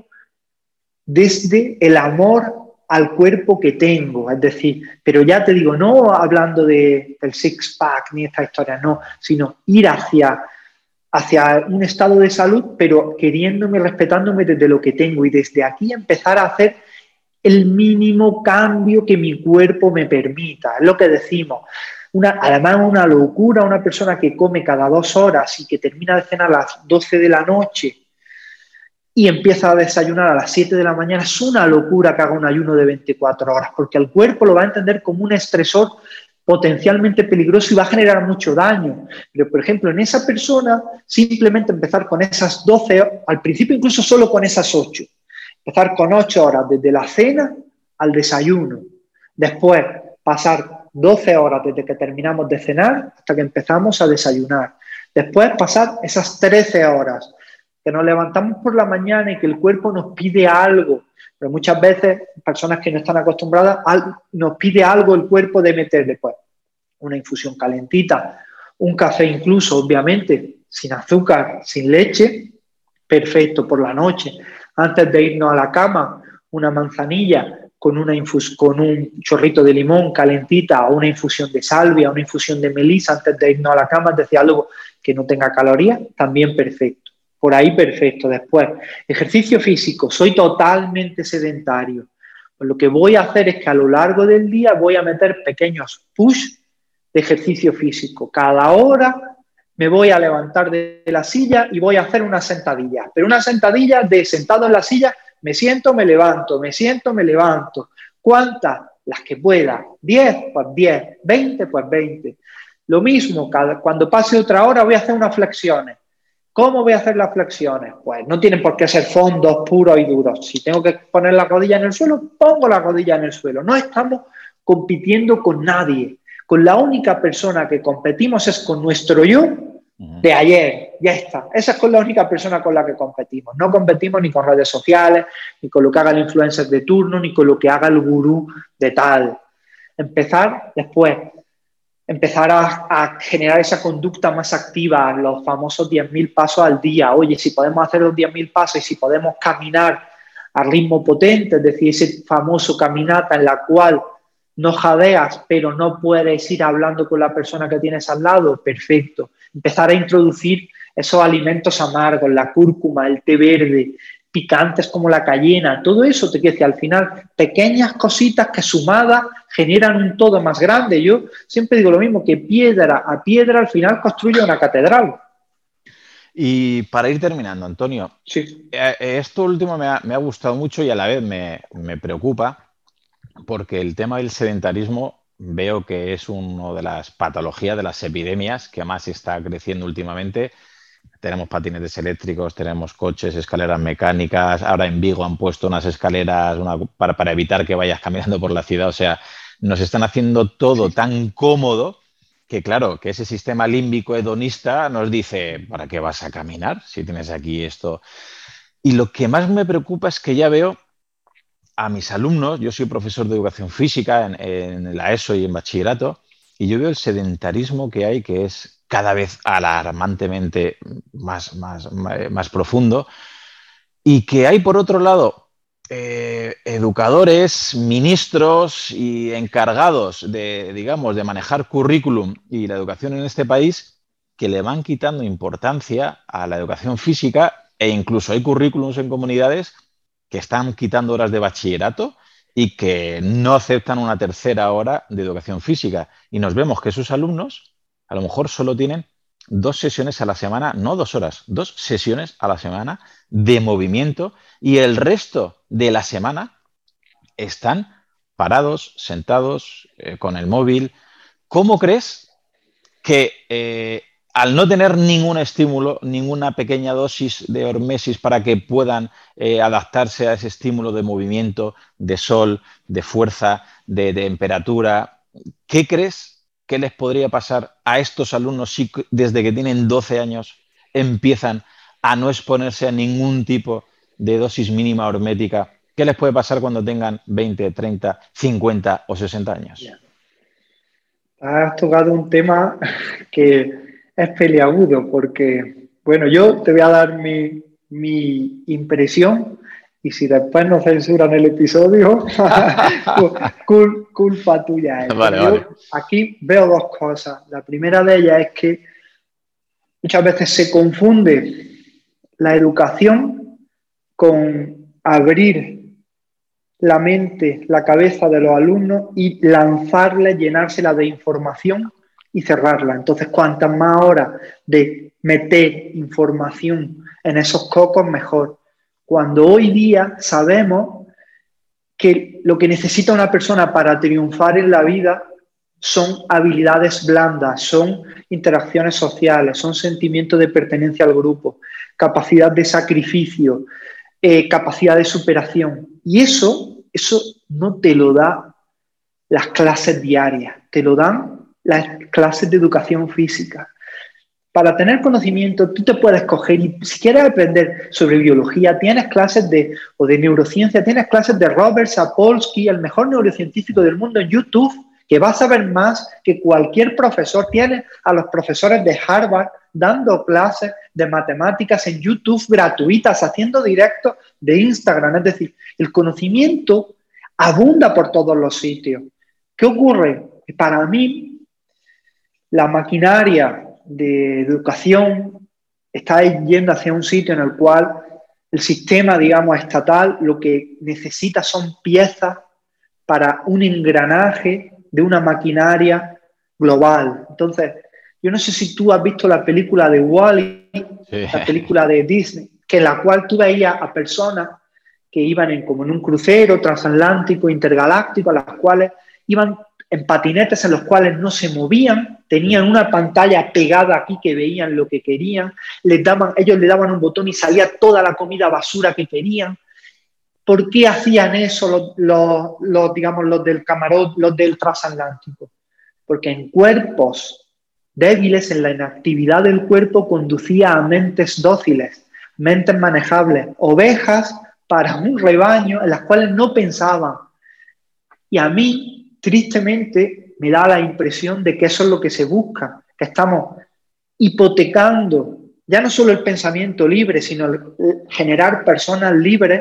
desde el amor al cuerpo que tengo. Es decir, pero ya te digo, no hablando de, del six-pack ni esta historia, no, sino ir hacia, hacia un estado de salud, pero queriéndome, respetándome desde lo que tengo, y desde aquí empezar a hacer el mínimo cambio que mi cuerpo me permita. Es lo que decimos. Una, además, una locura una persona que come cada dos horas y que termina de cenar a las doce de la noche y empieza a desayunar a las siete de la mañana, es una locura que haga un ayuno de veinticuatro horas, porque el cuerpo lo va a entender como un estresor potencialmente peligroso y va a generar mucho daño. Pero, por ejemplo, en esa persona, simplemente empezar con esas doce, al principio incluso solo con esas ocho, empezar con ocho horas desde la cena al desayuno, después pasar doce horas desde que terminamos de cenar hasta que empezamos a desayunar, después pasar esas trece horas, que nos levantamos por la mañana y que el cuerpo nos pide algo, pero muchas veces personas que no están acostumbradas, nos pide algo el cuerpo de meterle, pues una infusión calentita, un café incluso, obviamente, sin azúcar, sin leche, perfecto por la noche. Antes de irnos a la cama, una manzanilla con, una infus con un chorrito de limón calentita, o una infusión de salvia, una infusión de melisa antes de irnos a la cama, es decir, algo que no tenga calorías, también perfecto. Por ahí perfecto. Después, ejercicio físico, soy totalmente sedentario. Pues lo que voy a hacer es que a lo largo del día voy a meter pequeños push de ejercicio físico. Cada hora me voy a levantar de la silla y voy a hacer una sentadilla. Pero una sentadilla de sentado en la silla, me siento, me levanto, me siento, me levanto. ¿Cuántas? Las que pueda. diez, pues diez. veinte, pues veinte. Lo mismo, cada, cuando pase otra hora voy a hacer unas flexiones. ¿Cómo voy a hacer las flexiones? Pues no tienen por qué ser fondos puros y duros. Si tengo que poner la rodilla en el suelo, pongo la rodilla en el suelo. No estamos compitiendo con nadie. Con la única persona que competimos es con nuestro yo de ayer. Ya está. Esa es con la única persona con la que competimos. No competimos ni con redes sociales, ni con lo que haga el influencer de turno, ni con lo que haga el gurú de tal. Empezar después. Empezar a, a generar esa conducta más activa, los famosos diez mil pasos al día. Oye, si podemos hacer los diez mil pasos y si podemos caminar a ritmo potente, es decir, ese famoso caminata en la cual no jadeas, pero no puedes ir hablando con la persona que tienes al lado, perfecto. Empezar a introducir esos alimentos amargos, la cúrcuma, el té verde, picantes como la cayena, todo eso te quiere decir, al final, pequeñas cositas que sumadas generan un todo más grande. Yo siempre digo lo mismo, que piedra a piedra al final construye una catedral. Y para ir terminando, Antonio, sí. esto último me ha, me ha gustado mucho y a la vez me, me preocupa, porque el tema del sedentarismo veo que es una de las patologías, de las epidemias que más está creciendo últimamente. Tenemos patinetes eléctricos, tenemos coches, escaleras mecánicas. Ahora en Vigo han puesto unas escaleras una, para, para evitar que vayas caminando por la ciudad. O sea, nos están haciendo todo tan cómodo que, claro, que ese sistema límbico hedonista nos dice, ¿para qué vas a caminar si tienes aquí esto? Y lo que más me preocupa es que ya veo a mis alumnos, yo soy profesor de educación física en, en la ESO y en bachillerato, y yo veo el sedentarismo que hay, que es cada vez alarmantemente más, más, más profundo, y que hay, por otro lado, eh, educadores, ministros y encargados de, digamos, de manejar currículum y la educación en este país que le van quitando importancia a la educación física, e incluso hay currículums en comunidades que están quitando horas de bachillerato y que no aceptan una tercera hora de educación física. Y nos vemos que sus alumnos a lo mejor solo tienen dos sesiones a la semana, no dos horas, dos sesiones a la semana de movimiento, y el resto de la semana están parados, sentados, eh, con el móvil. ¿Cómo crees que eh, al no tener ningún estímulo, ninguna pequeña dosis de hormesis para que puedan eh, adaptarse a ese estímulo de movimiento, de sol, de fuerza, de, de temperatura, ¿qué crees que les podría pasar a estos alumnos si desde que tienen doce años empiezan a no exponerse a ningún tipo de dosis mínima hormética? ¿Qué les puede pasar cuando tengan veinte, treinta, cincuenta o sesenta años? Has tocado un tema que es peliagudo porque, bueno, yo te voy a dar mi, mi impresión y si después nos censuran el episodio, cul, culpa tuya es. Vale, yo vale. Aquí veo dos cosas. La primera de ellas es que muchas veces se confunde la educación con abrir la mente, la cabeza de los alumnos y lanzarles, llenársela de información y cerrarla. Entonces, cuantas más horas de meter información en esos cocos, mejor. cuando hoy día sabemos que lo que necesita una persona para triunfar en la vida son habilidades blandas, son interacciones sociales, son sentimientos de pertenencia al grupo, capacidad de sacrificio, eh, capacidad de superación. Y eso, eso no te lo da las clases diarias, te lo dan las clases de educación física. Para tener conocimiento, tú te puedes coger y si quieres aprender sobre biología, tienes clases de, o de neurociencia, tienes clases de Robert Sapolsky, el mejor neurocientífico del mundo en YouTube, que vas a ver más que cualquier profesor. Tiene a los profesores de Harvard dando clases de matemáticas en YouTube gratuitas, haciendo directos de Instagram. Es decir, el conocimiento abunda por todos los sitios. ¿Qué ocurre? Para mí, la maquinaria de educación está yendo hacia un sitio en el cual el sistema, digamos, estatal, lo que necesita son piezas para un engranaje de una maquinaria global. Entonces, yo no sé si tú has visto la película de Wall-E, sí, la película de Disney, que en la cual tú veías a personas que iban en, como en un crucero transatlántico, intergaláctico, a las cuales iban en patinetes en los cuales no se movían, tenían una pantalla pegada aquí que veían lo que querían, les daban, ellos le daban un botón y salía toda la comida basura que querían. ¿Por qué hacían eso los, los, los, digamos, los del camarote, los del transatlántico? Porque en cuerpos débiles, en la inactividad del cuerpo, conducía a mentes dóciles, mentes manejables, ovejas para un rebaño en las cuales no pensaban. Y a mí, tristemente, me da la impresión de que eso es lo que se busca, que estamos hipotecando ya no solo el pensamiento libre, sino generar personas libres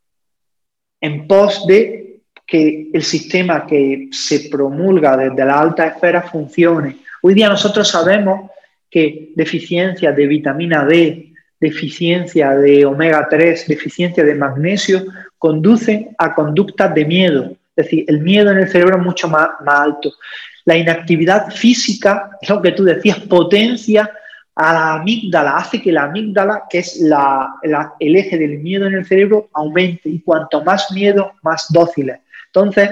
en pos de que el sistema que se promulga desde la alta esfera funcione. Hoy día nosotros sabemos que deficiencia de vitamina D, deficiencia de omega tres, deficiencia de magnesio, conducen a conductas de miedo. Es decir, el miedo en el cerebro es mucho más, más alto. La inactividad física, lo que tú decías, potencia a la amígdala, hace que la amígdala, que es la, la, el eje del miedo en el cerebro, aumente. Y cuanto más miedo, más dóciles. Entonces,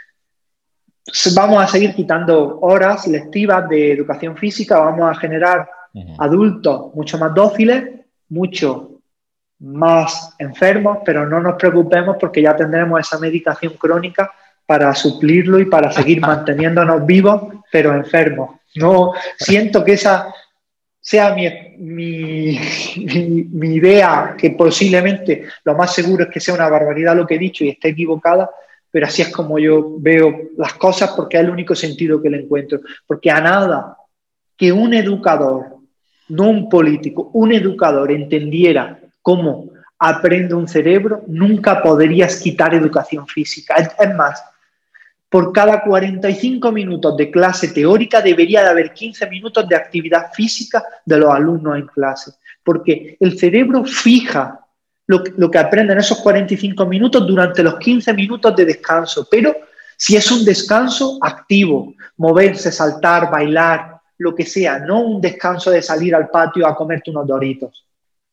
vamos a seguir quitando horas lectivas de educación física, vamos a generar uh-huh. adultos mucho más dóciles, mucho más enfermos, pero no nos preocupemos porque ya tendremos esa medicación crónica para suplirlo y para seguir manteniéndonos vivos, pero enfermos. No siento que esa sea mi, mi, mi, mi idea, que posiblemente lo más seguro es que sea una barbaridad lo que he dicho y esté equivocada, pero así es como yo veo las cosas porque es el único sentido que le encuentro. Porque a nada que un educador, no un político, un educador entendiera cómo aprende un cerebro, nunca podrías quitar educación física. Es, es más, por cada cuarenta y cinco minutos de clase teórica debería de haber quince minutos de actividad física de los alumnos en clase, porque el cerebro fija lo, lo que aprende en esos cuarenta y cinco minutos durante los quince minutos de descanso, pero si es un descanso activo, moverse, saltar, bailar, lo que sea, no un descanso de salir al patio a comerte unos Doritos.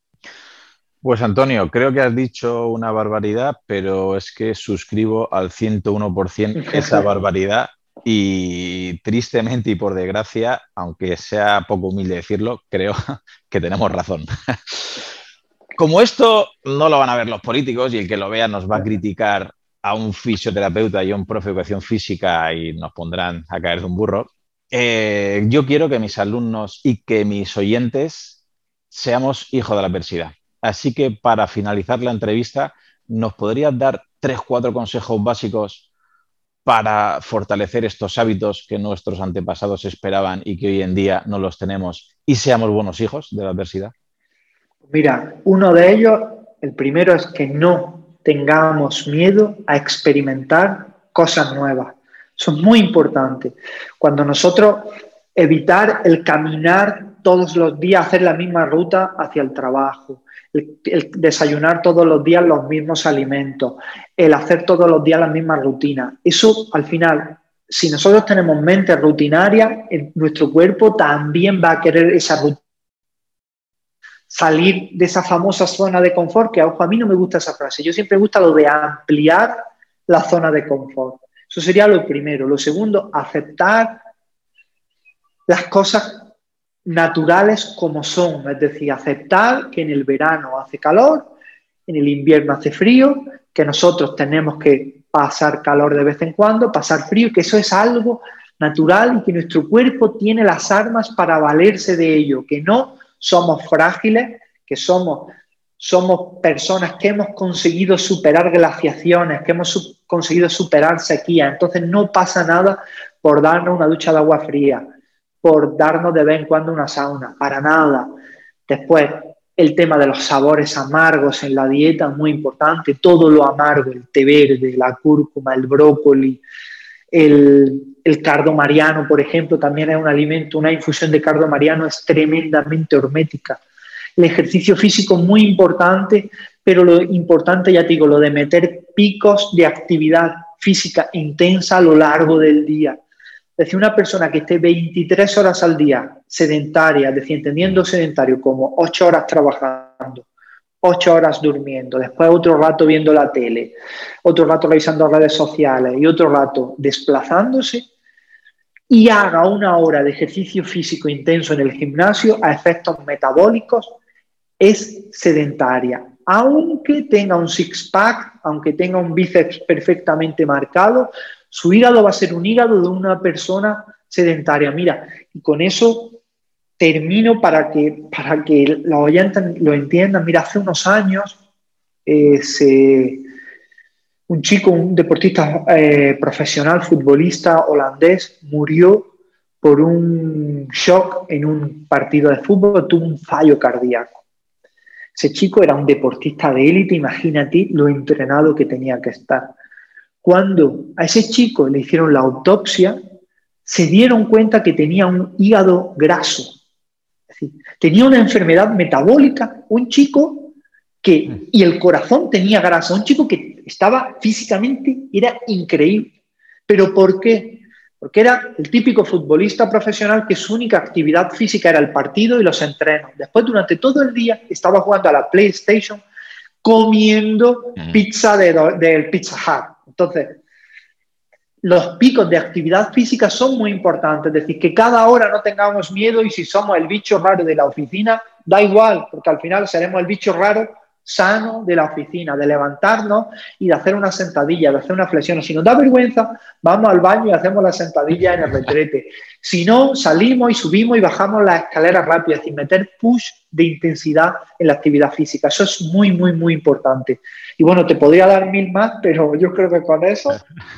Pues Antonio, creo que has dicho una barbaridad, pero es que suscribo al ciento uno por ciento esa barbaridad y tristemente y por desgracia, aunque sea poco humilde decirlo, creo que tenemos razón. Como esto no lo van a ver los políticos y el que lo vea nos va a criticar a un fisioterapeuta y a un profe de educación física y nos pondrán a caer de un burro, eh, yo quiero que mis alumnos y que mis oyentes seamos hijos de la adversidad. Así que para finalizar la entrevista, ¿nos podrías dar tres, cuatro consejos básicos para fortalecer estos hábitos que nuestros antepasados esperaban y que hoy en día no los tenemos y seamos buenos hijos de la adversidad? Mira, uno de ellos, el primero es que no tengamos miedo a experimentar cosas nuevas. Eso es muy importante. Cuando nosotros evitar el caminar todos los días, hacer la misma ruta hacia el trabajo, El, el desayunar todos los días los mismos alimentos, el hacer todos los días las mismas rutinas. Eso, al final, si nosotros tenemos mente rutinaria, nuestro cuerpo también va a querer esa rutina. salir de esa famosa zona de confort, que ojo, a mí no me gusta esa frase, yo siempre me gusta lo de ampliar la zona de confort. Eso sería lo primero. Lo segundo, aceptar las cosas naturales como son, es decir, aceptar que en el verano hace calor, en el invierno hace frío, que nosotros tenemos que pasar calor de vez en cuando, pasar frío, y que eso es algo natural y que nuestro cuerpo tiene las armas para valerse de ello, que no somos frágiles, que somos, somos personas que hemos conseguido superar glaciaciones, que hemos su- conseguido superar sequías. Entonces no pasa nada por darnos una ducha de agua fría, por darnos de vez en cuando una sauna, para nada. Después, el tema de los sabores amargos en la dieta, muy importante, todo lo amargo, el té verde, la cúrcuma, el brócoli, el, el cardo mariano, por ejemplo, también es un alimento, una infusión de cardo mariano es tremendamente hormética. El ejercicio físico muy importante, pero lo importante, ya te digo, lo de meter picos de actividad física intensa a lo largo del día. Es decir, una persona que esté veintitrés horas al día sedentaria, es decir, entendiendo sedentario como ocho horas trabajando, ocho horas durmiendo, después otro rato viendo la tele, otro rato revisando redes sociales y otro rato desplazándose, y haga una hora de ejercicio físico intenso en el gimnasio a efectos metabólicos, es sedentaria. Aunque tenga un six-pack, aunque tenga un bíceps perfectamente marcado, su hígado va a ser un hígado de una persona sedentaria. Mira, y con eso termino para que, para que los oyentes lo entiendan. Mira, hace unos años eh, se, un chico, un deportista eh, profesional, futbolista holandés, murió por un shock en un partido de fútbol, tuvo un fallo cardíaco. Ese chico era un deportista de élite, imagínate lo entrenado que tenía que estar. Cuando a ese chico le hicieron la autopsia, se dieron cuenta que tenía un hígado graso. Es decir, tenía una enfermedad metabólica, un chico que, y el corazón tenía grasa, un chico que estaba físicamente, era increíble. ¿Pero por qué? Porque era el típico futbolista profesional que su única actividad física era el partido y los entrenos. Después, durante todo el día, estaba jugando a la PlayStation, comiendo pizza del de Pizza Hut. Entonces, los picos de actividad física son muy importantes. Es decir, que cada hora no tengamos miedo, y si somos el bicho raro de la oficina, da igual, porque al final seremos el bicho raro sano de la oficina, de levantarnos y de hacer una sentadilla, de hacer una flexión. Si nos da vergüenza, vamos al baño y hacemos la sentadilla en el retrete. Si no, salimos y subimos y bajamos las escaleras rápidas, es decir, meter push de intensidad en la actividad física. Eso es muy, muy, muy importante. Y bueno, te podría dar mil más, pero yo creo que con eso...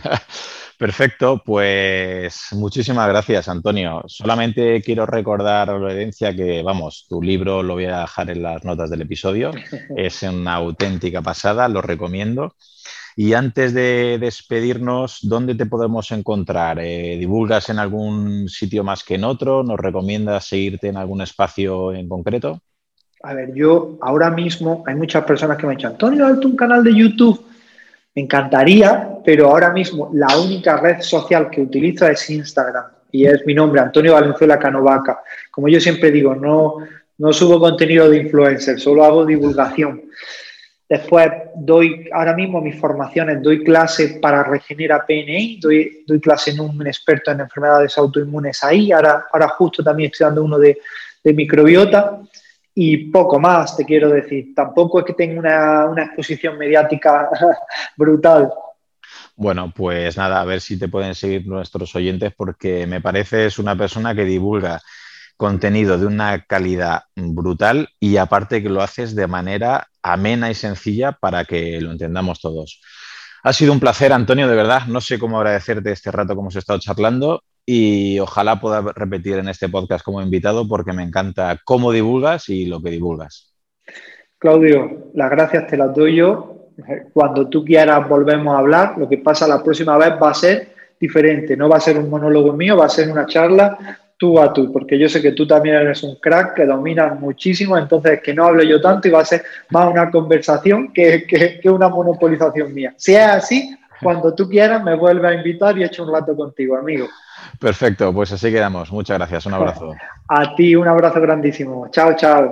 Perfecto, pues muchísimas gracias, Antonio. Solamente quiero recordar a la audiencia que, vamos, tu libro lo voy a dejar en las notas del episodio. Es una auténtica pasada, lo recomiendo. Y antes de despedirnos, ¿dónde te podemos encontrar? Eh, ¿Divulgas en algún sitio más que en otro? ¿Nos recomiendas seguirte en algún espacio en concreto? A ver, yo ahora mismo, hay muchas personas que me han dicho, Antonio, hazte un canal de YouTube. Me encantaría, pero ahora mismo la única red social que utilizo es Instagram y es mi nombre, Antonio Valenzuela Canovaca. Como yo siempre digo, no, no subo contenido de influencer, solo hago divulgación. Después doy, ahora mismo mis formaciones, doy clases para Regenera P N I, doy, doy clase en un experto en enfermedades autoinmunes ahí, ahora, ahora justo también estoy dando uno de, de microbiota. Y poco más, te quiero decir. Tampoco es que tenga una, una exposición mediática brutal. Bueno, pues nada, a ver si te pueden seguir nuestros oyentes, porque me pareces una persona que divulga contenido de una calidad brutal y aparte que lo haces de manera amena y sencilla para que lo entendamos todos. Ha sido un placer, Antonio, de verdad. No sé cómo agradecerte este rato que hemos estado charlando. Y ojalá pueda repetir en este podcast como invitado porque me encanta cómo divulgas y lo que divulgas. Claudio, las gracias te las doy yo. Cuando tú quieras volvemos a hablar. Lo que pasa la próxima vez va a ser diferente. No va a ser un monólogo mío, va a ser una charla tú a tú, porque yo sé que tú también eres un crack, que dominas muchísimo, entonces que no hable yo tanto y va a ser más una conversación que, que, que una monopolización mía. Si es así, cuando tú quieras me vuelves a invitar y echo un rato contigo, amigo. Perfecto, pues así quedamos. Muchas gracias, un abrazo. A ti un abrazo grandísimo. Chao, chao.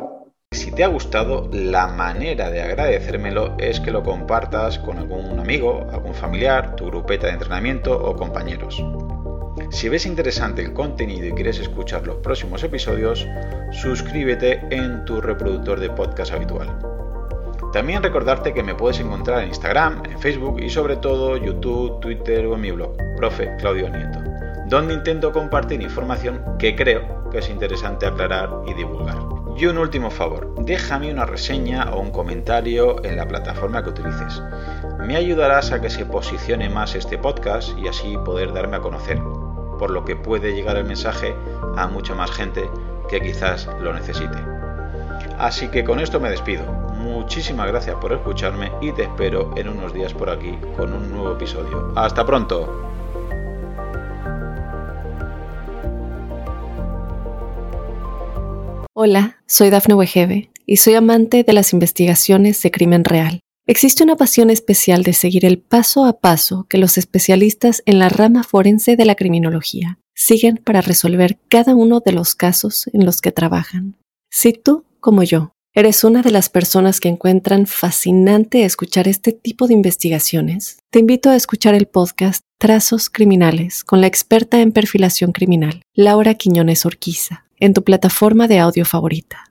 Si te ha gustado, la manera de agradecérmelo es que lo compartas con algún amigo, algún familiar, tu grupeta de entrenamiento o compañeros. Si ves interesante el contenido y quieres escuchar los próximos episodios, suscríbete en tu reproductor de podcast habitual. También recordarte que me puedes encontrar en Instagram, en Facebook y sobre todo YouTube, Twitter o en mi blog, Profe Claudio Nieto, donde intento compartir información que creo que es interesante aclarar y divulgar. Y un último favor, déjame una reseña o un comentario en la plataforma que utilices. Me ayudarás a que se posicione más este podcast y así poder darme a conocer, por lo que puede llegar el mensaje a mucha más gente que quizás lo necesite. Así que con esto me despido. Muchísimas gracias por escucharme y te espero en unos días por aquí con un nuevo episodio. ¡Hasta pronto! Hola, soy Dafne Wegebe y soy amante de las investigaciones de crimen real. Existe una pasión especial de seguir el paso a paso que los especialistas en la rama forense de la criminología siguen para resolver cada uno de los casos en los que trabajan. Si tú, como yo, eres una de las personas que encuentran fascinante escuchar este tipo de investigaciones, te invito a escuchar el podcast Trazos Criminales con la experta en perfilación criminal, Laura Quiñones Orquiza, en tu plataforma de audio favorita.